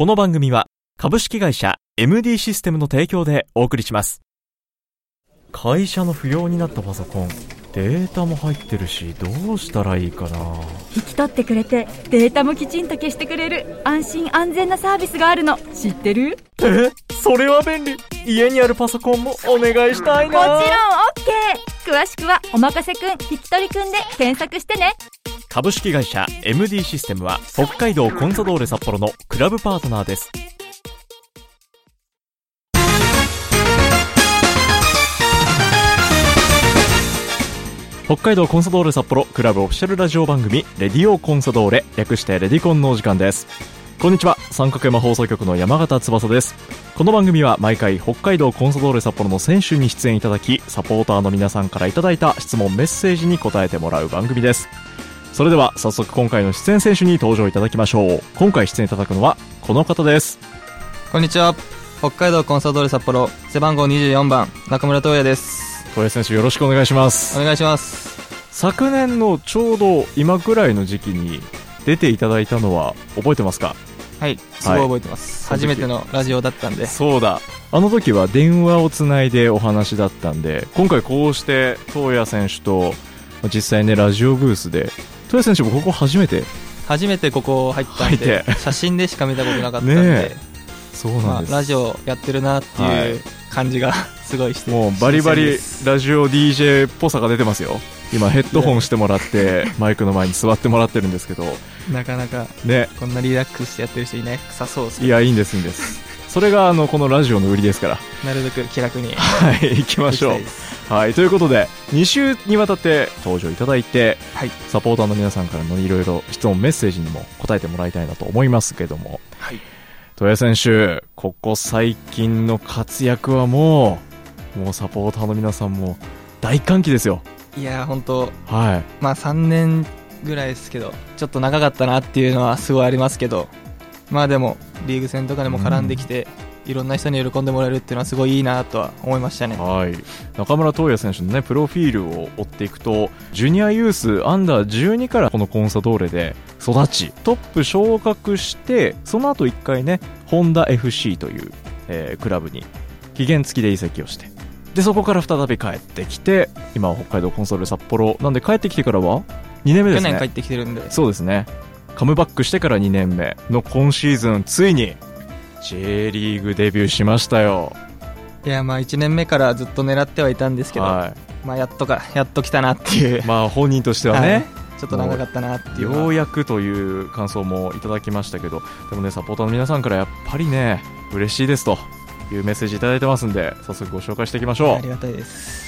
この番組は株式会社 MD システムの提供でお送りします。会社の不要になったパソコン、データも入ってるし、どうしたらいいかな。 引き取ってくれてデータもきちんと消してくれる安心安全なサービスがあるの知ってる？ それは便利。家にあるパソコンもお願いしたいな。 もちろん OK。 詳しくはおまかせくん引き取りくんで検索してね。 株式会社 MD システムは北海道コンサドーレ札幌のクラブパートナーです。北海道コンサドーレ札幌クラブオフィシャルラジオ番組レディオコンサドーレ、略してレディコンのお時間です。こんにちは、三角山放送局の山形翼です。この番組は毎回北海道コンサドーレ札幌の選手に出演いただき、サポーターの皆さんからいただいた質問メッセージに答えてもらう番組です。それでは早速今回の出演選手に登場いただきましょう。今回出演いただくのはこの方です。 こんにちは、北海道コンサドーレ札幌背番号24番中村斗也です。 斗也選手、よろしくお願いします。 お願いします。 昨年のちょうど今くらいの時期に出ていただいたのは覚えてますか？ はい、すごい覚えてます、初めてのラジオだったんで。 そうだ、あの時は電話をつないでお話だったんで、今回こうして斗也選手と実際ねラジオブースで、斗也選手もここ初めてここ入ったんで、写真でしか見たことなかったんで、 ね、そうなんです、 ラジオやってるなっていう感じがすごいして、 もうバリバリラジオ DJ っぽさが出てますよ。今ヘッドホンしてもらってマイクの前に座ってもらってるんですけど、 なかなかね、 こんなリラックスしてやってる人いなさそうですね。 いや、いいんです、いいんです。それがこのラジオの売りですから、 なるべく気楽にはい行きましょう。はい、ということで2週にわたって登場いただいて、はい、サポーターの皆さんからのいろいろ質問メッセージにも答えてもらいたいなと思いますけども、はい、斗也選手、ここ最近の活躍はもうサポーターの皆さんも大歓喜ですよ。 いや本当、 はい、 まあ3年ぐらいですけど、ちょっと長かったなっていうのはすごいありますけど、まあでもリーグ戦とかでも絡んできて、いろんな人に喜んでもらえるっていうのはすごいいいなとは思いましたね。 はい、中村斗也選手のねプロフィールを追っていくと、ジュニアユースアンダー12からこのコンサドーレで育ち、トップ昇格して、その後1回ねホンダ FC という、クラブに期限付きで移籍をして、でそこから再び帰ってきて、今は北海道コンサドーレ札幌なんで、帰ってきてからは2年目ですね。 去年帰ってきてるんで。 そうですね、カムバックしてから2年目の今シーズン、ついに J リーグデビューしましたよ。 いや、まあ1年目からずっと狙ってはいたんですけど、はい、まあやっと来たなっていう、 まあ本人としてはね、はい、 ちょっと長かったなっていう、 ようやくという感想もいただきましたけど、でもねサポーターの皆さんからやっぱりね嬉しいですというメッセージいただいてますんで、早速ご紹介していきましょう。 ありがたいです。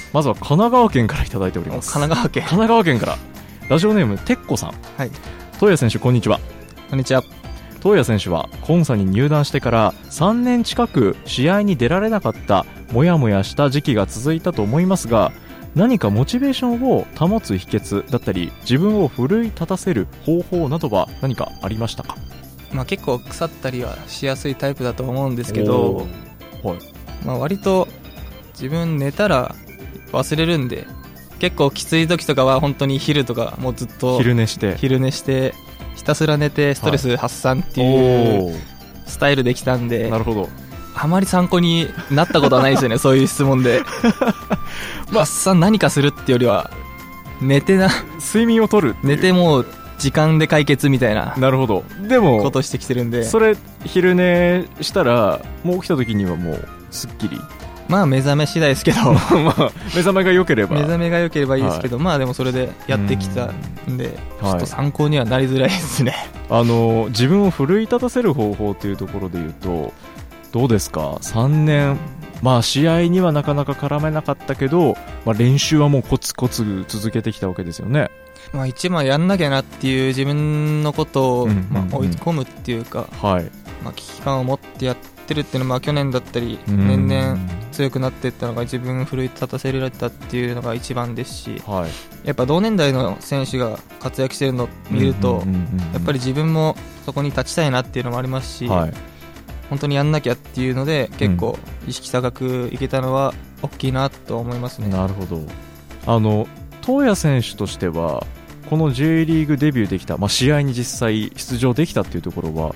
まずは神奈川県からいただいております。 神奈川県からラジオネームてっこさん。はい、斗也選手、こんにちは。 こんにちは。 斗也選手はコンサに入団してから3年近く試合に出られなかったモヤモヤした時期が続いたと思いますが、何かモチベーションを保つ秘訣だったり、自分を奮い立たせる方法などは何かありましたか？ まあ、結構腐ったりはしやすいタイプだと思うんですけど、はい、まあ、割と自分寝たら忘れるんで、結構きつい時とかは本当に昼とかもうずっと昼寝してひたすら寝てストレス発散っていうスタイルできたんで、 なるほど、 あまり参考になったことはないですよねそういう質問で発散何かするってよりは睡眠をとる、 寝てもう時間で解決みたいな。 なるほど。でもことしてきてるんで、 それ昼寝したらもう起きた時にはもうすっきり、 まあ目覚め次第ですけどまあ目覚めが良ければいいですけど、はい、まあでもそれでやってきたんで、ちょっと参考にはなりづらいですね。 自分を奮い立たせる方法というところで言うとどうですか？3年、まあ試合にはなかなか絡めなかったけど、まあ、練習はもうコツコツ続けてきたわけですよね。 まあ、一番やんなきゃなっていう自分のことを、まあ、追い込むっていうか、はい、まあ、危機感を持ってやってるっていうのは、まあ、去年だったり年々強くなっていったのが自分を奮い立たせられたっていうのが一番ですし、はい、やっぱ同年代の選手が活躍してるのを見ると、やっぱり自分もそこに立ちたいなっていうのもありますし、はい、本当にやんなきゃっていうので結構意識高くいけたのは大きいなと思いますね。 なるほど。斗也選手としてはこの J リーグデビューできた、まあ、試合に実際出場できたっていうところは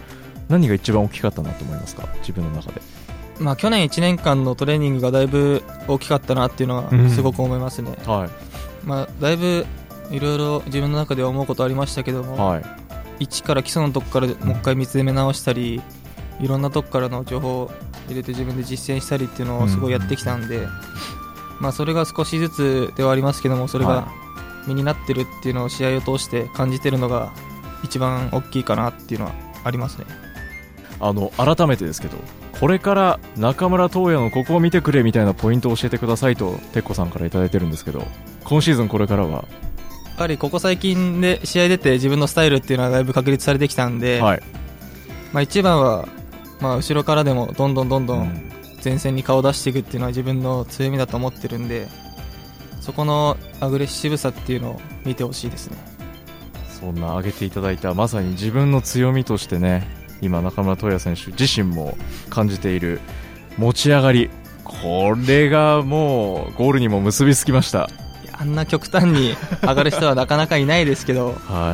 何が一番大きかったなと思いますか、自分の中で。 去年1年間のトレーニングがだいぶ大きかったなっていうのはすごく思いますね。だいぶいろいろ自分の中では思うことありましたけども、一から基礎のとこからもう一回見つめ直したり、いろんなとこからの情報を入れて自分で実践したりっていうのをすごいやってきたんで、それが少しずつではありますけども、それが身になってるっていうのを試合を通して感じてるのが一番大きいかなっていうのはありますね。 改めてですけど、これから中村斗也のここを見てくれみたいなポイントを教えてくださいとてっこさんからいただいてるんですけど、今シーズンこれからはやっぱりここ最近で試合出て自分のスタイルっていうのはだいぶ確立されてきたんで、一番は後ろからでもどんどん前線に顔を出していくっていうのは自分の強みだと思ってるんで、そこのアグレッシブさっていうのを見てほしいですね。 そんな挙げていただいたまさに自分の強みとしてね、今中村斗也選手自身も感じている持ち上がり、これがもうゴールにも結びつきました。 あんな極端に上がる人はなかなかいないですけど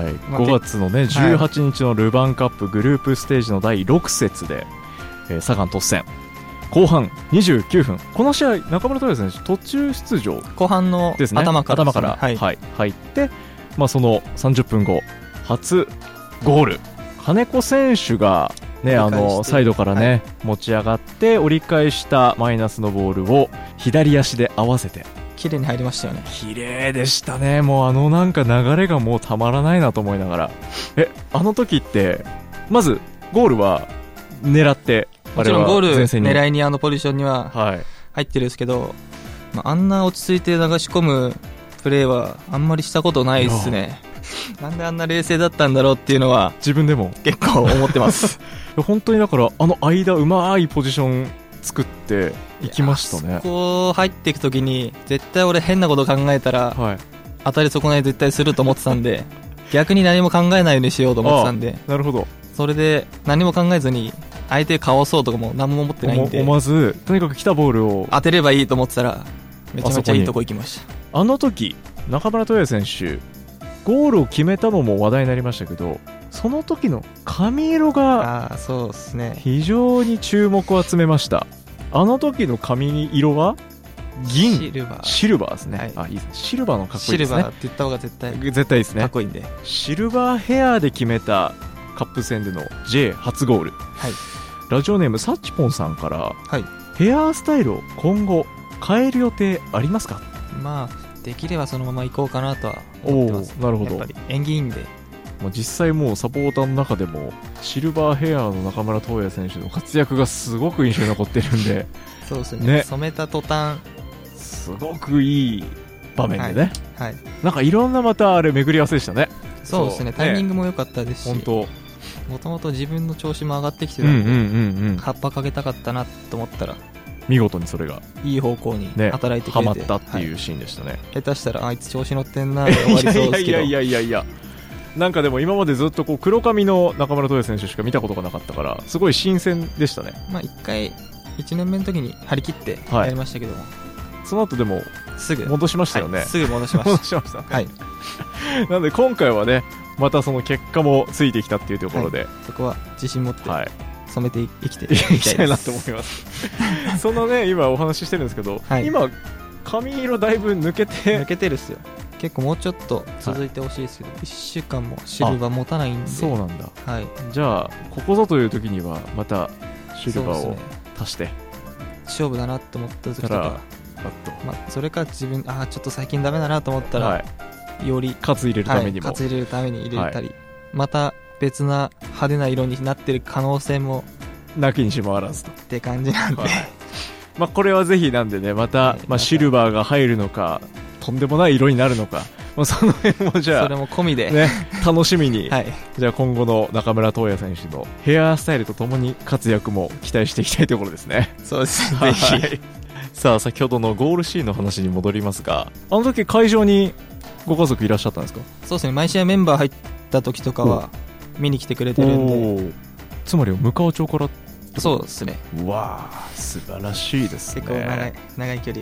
5月のね18日のルヴァンカップグループステージの第6節で、サガン突戦後半29分、この試合中村斗也選手途中出場後半の頭から入って、その30分後初ゴール、金子選手が、サイドからね、持ち上がって折り返したマイナスのボールを左足で合わせて綺麗に入りましたよね。 綺麗でしたね。もうなんか流れがもうたまらないなと思いながら、あの時ってまずゴールは狙って、 もちろんゴール狙いにポジションには入ってるんですけど、あんな落ち着いて流し込むプレーはあんまりしたことないですね。なんであんな冷静だったんだろうっていうのは自分でも結構思ってます本当にだから間うまいポジション作っていきましたね。 そこ入っていくときに絶対俺変なこと考えたら、当たり損ない絶対すると思ってたんで逆に何も考えないようにしようと思ってたんで、 なるほど。 それで何も考えずに相手かわそうとかも何も思ってないんで、 思わずとにかく来たボールを当てればいいと思ってたらめちゃめちゃいいとこ行きました。 あの時中村斗也選手ゴールを決めたのも話題になりましたけど、その時の髪色が非常に注目を集めました。あの時の髪色は銀シルバーですね、いいですね。シルバーのかっこいいですね。 シルバーって言った方が絶対いいですね。 かっこいいんで、 シルバーヘアで決めたカップ戦での J 初ゴール、ラジオネームサッチポンさんから、ヘアスタイルを今後変える予定ありますか。 できればそのまま行こうかなとは思ってます。 なるほど。 やっぱり縁起いいんで、 実際もうサポーターの中でもシルバーヘアの中村斗也選手の活躍がすごく印象に残ってるんでそうですね、染めた途端すごくいい場面でね、なんかいろんなまたあれ巡り合わせでしたね。 そうですね、タイミングも良かったですし、 本当もともと自分の調子も上がってきてたんで、葉っぱかけたかったなと思ったら見事にそれがいい方向に働いてくれて、 ハマったっていうシーンでしたね。 下手したらあいつ調子乗ってんなで終わりそうですけどいやなんかでも今までずっと黒髪の中村斗也選手しか見たことがなかったからすごい新鮮でしたね。 1回1年目の時に張り切ってやりましたけども、 その後でもすぐ戻しましたよね。 すぐ戻しましたなので今回はねまたその結果もついてきたっていうところで、 そこは自信持って染めて生きていきたいなと思いますそのね今お話ししてるんですけど、今髪色だいぶ抜けてるっすよ。結構もうちょっと続いてほしいですけど、1週間もシルバー持たないんで。 そうなんだ、じゃあここぞという時にはまたシルバーを足して、 勝負だなって思った時とか、それか自分ちょっと最近ダメだなと思ったら、よりカツ入れるためにも、 入れたり、また別な派手な色になってる可能性もなきにしもあらずとって感じなんで、 これはぜひなんでね、また、シルバーが入るのかとんでもない色になるのか、その辺もじゃあそれも込みで、 楽しみに、じゃあ今後の中村斗也選手のヘアスタイルとともに活躍も期待していきたいところですね。 そうですね、ぜひさあ先ほどのゴールシーンの話に戻りますが、あの時会場にご家族いらっしゃったんですか。 そうですね、毎試合メンバー入った時とかは見に来てくれてるんで。 つまり向川町から。 そうですね。 うわー素晴らしいですね。 結構長い距離を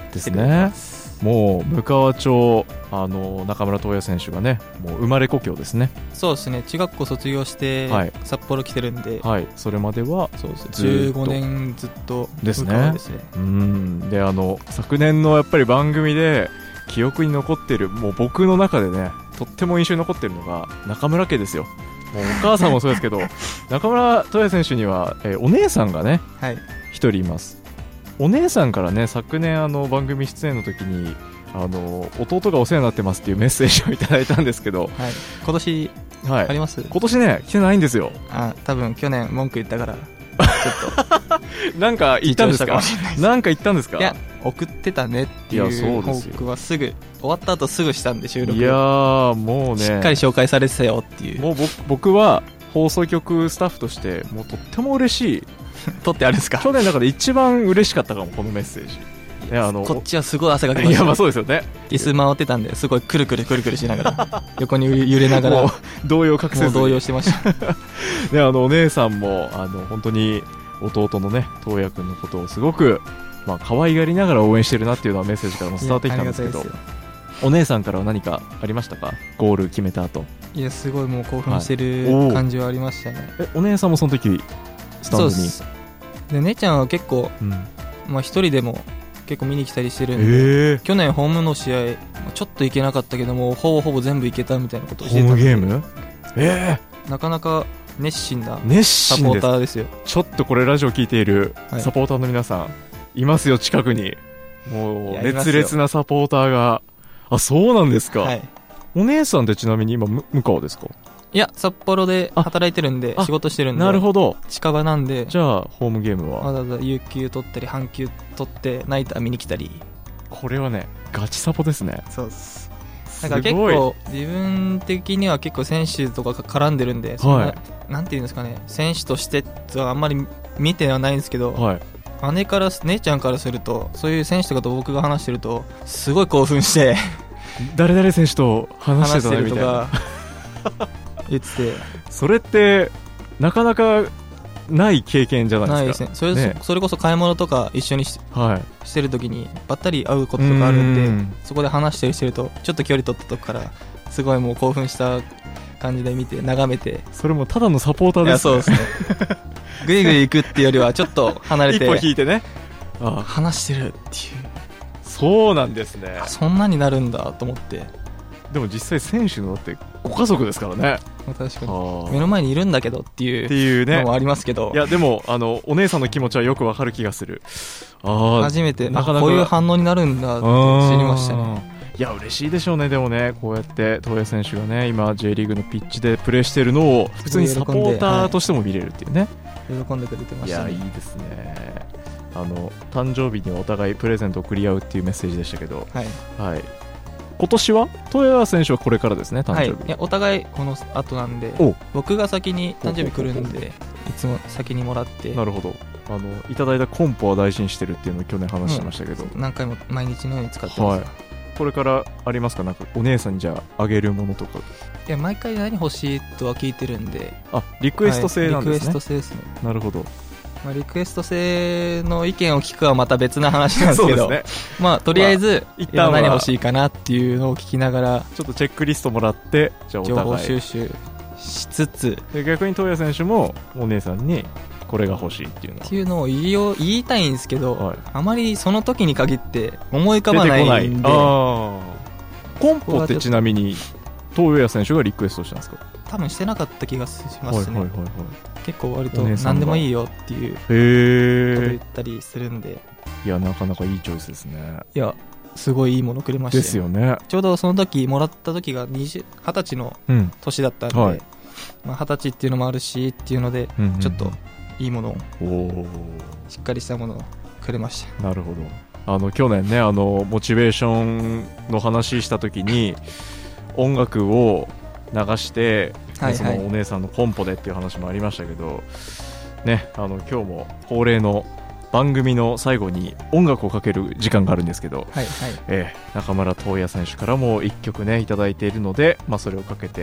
ですね。もう向川町中村斗也選手がねもう生まれ故郷ですね。 そうですね、中学校卒業して札幌来てるんで、 はい、それまではそうです15年ずっと向川ですね。 で昨年のやっぱり番組で記憶に残ってる、もう僕の中でねとっても印象に残ってるのが中村家ですよ。もうお母さんもそうですけど中村斗也選手には、お姉さんがね一人います。お姉さんからね昨年番組出演の時に弟がお世話になってますっていうメッセージをいただいたんですけど、 今年あります？ 今年ね来てないんですよ。 多分去年文句言ったからちょっとなんか言ったんですか？なんか言ったんですか？ いや送ってたねっていう報告はすぐ終わった後すぐしたんで、収録。 いやもうねしっかり紹介されてたよっていう。 もう僕は放送局スタッフとしてもうとっても嬉しい撮ってあるんですか？ 去年の中で一番嬉しかったかも、このメッセージ。 こっちはすごい汗かきました。 いやまあそうですよね。 椅子回ってたんですごいくるくるくるくるしながら横に揺れながら動揺隠せずに動揺してましたでお姉さんも本当に弟のね斗也君のことをすごく可愛がりながら応援してるなっていうのはメッセージからも伝わってきたんですけど、お姉さんからは何かありましたか？ゴール決めた後。 いやすごいもう興奮してる感じはありましたね。 お姉さんもその時スタンドに？そうです。 で姉ちゃんは結構一人でも結構見に来たりしてるんで、去年ホームの試合ちょっと行けなかったけどもほぼ全部行けたみたいなことをしてた。 ホームゲーム？ なかなか熱心なサポーターですよ。 ちょっとこれラジオ聞いているサポーターの皆さん、いますよ近くに。もう熱烈なサポーターが。そうなんですか。お姉さんってちなみに今向川ですか？ いや札幌で働いてるんで、仕事してるんで。なるほど、 近場なんで。 じゃあホームゲームはわざわざ有給取ったり半休取ってナイター見に来たり。 これはねガチサポですね。 そうです。なんか結構自分的には結構選手とか絡んでるんで、なんていうんですかね、選手としてはあんまり見てはないんですけど、姉ちゃんからするとそういう選手とかと僕が話してるとすごい興奮して誰々選手と話してたねみたいな言ってて、 それってなかなかない経験じゃないですか。 ないですね。それこそ買い物とか一緒にしてる時にばったり会うこととかあるんで、そこで話したりしてるとちょっと距離取ったとこからすごいもう興奮した感じで見て眺めて。 それもただのサポーターですね。 いやそうですねグイグイ行くっていうよりはちょっと離れて一歩引いてね話してるっていう。 そうなんですね。 そんなになるんだと思って。 でも実際選手のだってご家族ですからね。 確かに目の前にいるんだけどっていうのもありますけど、 いやでもお姉さんの気持ちはよくわかる気がする。 初めてこういう反応になるんだって知りましたね。 いや嬉しいでしょうね。でもねこうやって斗也選手がね今 J リーグのピッチでプレーしてるのを普通にサポーターとしても見れるっていうね。 喜んでくれてましたね。 いやいいですね。誕生日にお互いプレゼントを送り合うっていうメッセージでしたけど、今年は斗也選手はこれからですね誕生日。 いやお互いこの後なんで、僕が先に誕生日来るんでいつも先にもらって。 なるほど。いただいたコンポは大事にしてるっていうのを去年話してましたけど、 何回も毎日のように使ってます。 これからありますか？なんかお姉さんにじゃあげるものとか。 いや毎回何欲しいとは聞いてるんで。 リクエスト制なんですね。 リクエスト制ですね。 なるほど。 リクエスト制の意見を聞くはまた別な話なんですけどとりあえず一旦何欲しいかなっていうのを聞きながらちょっとチェックリストもらって、じゃあお互い情報収集しつつ、 逆に斗也選手もお姉さんにこれが欲しいっていうのを言いたいんですけど、あまりその時に限って思い浮かばないんで。 コンポってちなみに斗也選手がリクエストしたんですか？ 多分してなかった気がしますね。結構割と何でもいいよっていうこと言ったりするんで。 いやなかなかいいチョイスですね。 いやすごいいいものくれましたよ。 ですよね。 ちょうどその時もらった時が20歳の年だったんで、20歳っていうのもあるしっていうので、ちょっといいものをしっかりしたものをくれました。 なるほど。去年ねモチベーションの話した時に音楽を流して、そのお姉さんのコンポでっていう話もありましたけどね、今日も恒例の番組の最後に音楽をかける時間があるんですけど、中村斗也選手からも1曲ねいただいているので、それをかけて、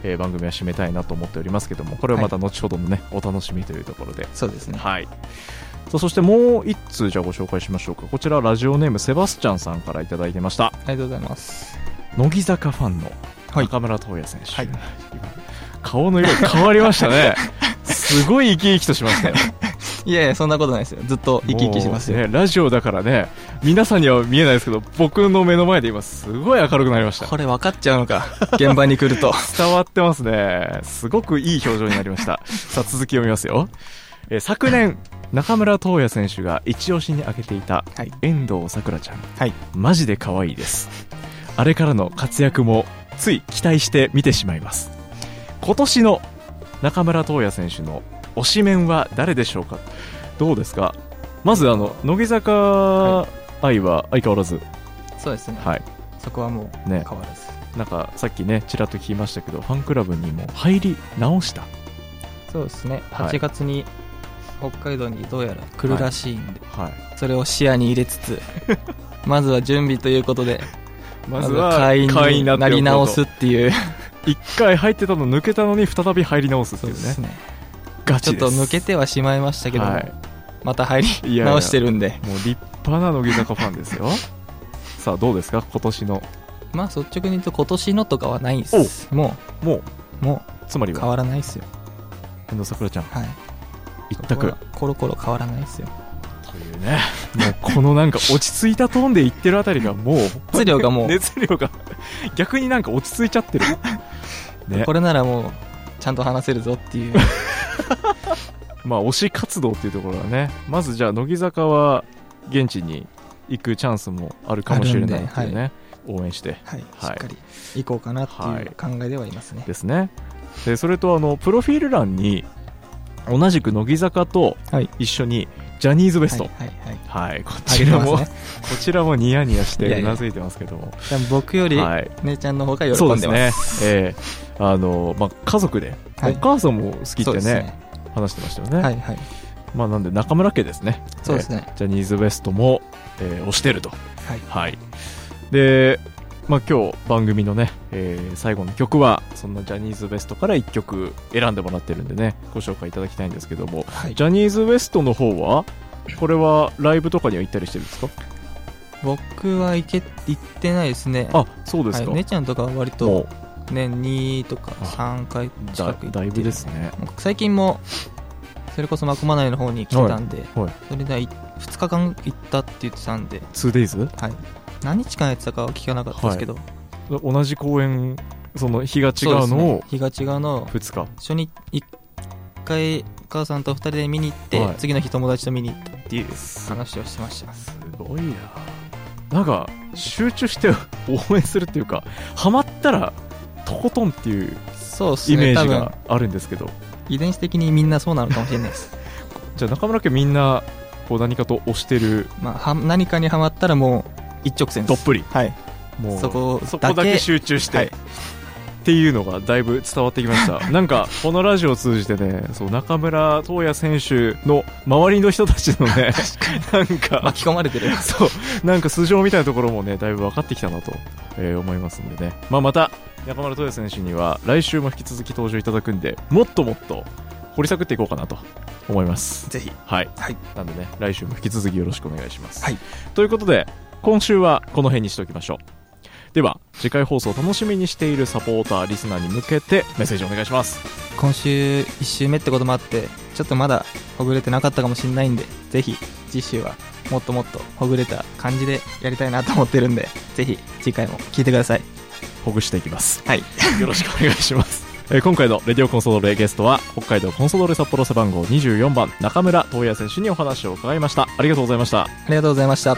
番組は締めたいなと思っておりますけども、これはまた後ほどのね、お楽しみというところで。 そうですね。 はい。そしてもう一通じゃあご紹介しましょうか。こちらラジオネームセバスチャンさんからいただいてました。 ありがとうございます。 乃木坂ファンの中村斗也選手、はい、顔の色変わりましたね。すごい生き生きとしましたよ。 いやいや、そんなことないですよ。ずっと生き生きしますよ、 ね、ラジオだからね、皆さんには見えないですけど、僕の目の前で今すごい明るくなりました。 これ分かっちゃうのか、現場に来ると。 伝わってますね。すごくいい表情になりました。さあ、続き読みますよ。昨年中村斗也選手が一押しに挙げていた遠藤さくらちゃん、はい、マジで可愛いです。あれからの活躍もつい期待して見てしまいます。今年の中村斗也選手の推しメンは誰でしょうか。どうですか。まず乃木坂愛は相変わらず、 そうですね、はい、そこはもう変わらず、ね、 なんかさっきねちらっと聞きましたけど、ファンクラブにも入り直した。 そうですね、8月に北海道にどうやら来るらしいんで、はいはい、それを視野に入れつつまずは準備ということで、まずは会員になり直すっていう。 一回入ってたの抜けたのに再び入り直すっていうね。そうですね、ガチです。 ちょっと抜けてはしまいましたけども、はい、また入り直してるんで。 いやいや、もう立派な乃木坂ファンですよ。さあどうですか今年の。 まあ率直に言うと今年のとかはないです。もうつまりは変わらないですよ。 遠藤さくらちゃん、はい、一択コロコロ変わらないですよというね。もうこのなんか落ち着いたトーンで言ってるあたりがもう熱量が逆になんか落ち着いちゃってる、 ね、これならもうちゃんと話せるぞっていうまあ推し活動っていうところはね、まずじゃあ乃木坂は現地に行くチャンスもあるかもしれないっていうね、はい、応援して、 はいはい、しっかり行こうかなっていう考えではいますね、はい、 ですね。でそれとプロフィール欄に同じく乃木坂と一緒にジャニーズ WEST、はい、こちらもニヤニヤしてうなずいてますけども、 いや僕より姉ちゃんの方が喜んでます。 そうですね、まあ、家族で、はい、お母さんも好きってね話してましたよね、はいはい、まあ、なんで中村家ですね。 そうですね、 ジャニーズ WESTも、推してると、はいはい、でまあ、今日番組のね、最後の曲はそんなジャニーズ WESTから1曲選んでもらってるんでね、ご紹介いただきたいんですけども、はい、ジャニーズ WESTの方はこれはライブとかには行ったりしてるんですか。 僕は行ってないですね。 あ、そうですか、 はい、姉ちゃんとかは割と年2とか3回近く行って、 だいぶですね。 最近もそれこそまこまないの方に来てたんで、はいはい、それで2日間行ったって言ってたんで 2days？ はい、何日間やってたかは聞かなかったですけど、 はい、同じ公演、その日が違うのを、 ね、日が違うのを2日初日1回母さんと2人で見に行って、はい、次の日友達と見に行ったっていう話をしてました。 すごいな。なんか集中して応援するっていうか、ハマったらとことんっていうイメージがあるんですけど、 遺伝子的にみんなそうなのかもしれないですじゃあ中村家みんなこう何かと推してる、 まあ、何かにハマったらもう一直線です。 どっぷり、 はい、 もうそこだけ集中して、はい、っていうのがだいぶ伝わってきましたなんかこのラジオを通じてね、そう中村斗也選手の周りの人たちのねなんか巻き込まれてるそうなんか素性みたいなところもねだいぶ分かってきたなと、思いますんでね、まあ、また中村斗也選手には来週も引き続き登場いただくんで、もっともっと掘り下げていこうかなと思います。 ぜひ、 はい、はい、なんでね来週も引き続きよろしくお願いします、はい、ということで今週はこの辺にしておきましょう。では次回放送を楽しみにしているサポーターリスナーに向けてメッセージお願いします。 今週1週目ってこともあってちょっとまだほぐれてなかったかもしれないんで、ぜひ次週はもっともっとほぐれた感じでやりたいなと思ってるんで、ぜひ次回も聞いてください。 ほぐしていきます、 はい、 よろしくお願いします今回のレディオコンソドーレゲストは北海道コンソドーレ札幌背番号24番中村斗也選手にお話を伺いました。ありがとうございました。 ありがとうございました。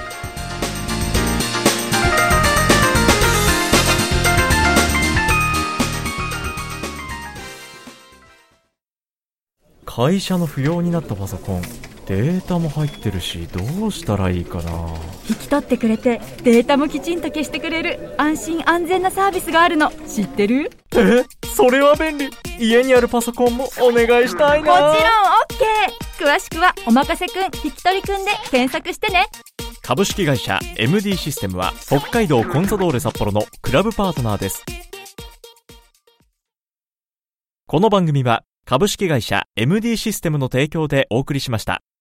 会社の不要になったパソコン、データも入ってるしどうしたらいいかな。 引き取ってくれてデータもきちんと消してくれる安心安全なサービスがあるの知ってる？ それは便利。家にあるパソコンもお願いしたいな。 もちろん OK。 詳しくはおまかせくん引き取りくんで検索してね。 株式会社 MD システムは北海道コンサドーレ札幌のクラブパートナーです。 この番組は株式会社 MD システムの提供でお送りしました。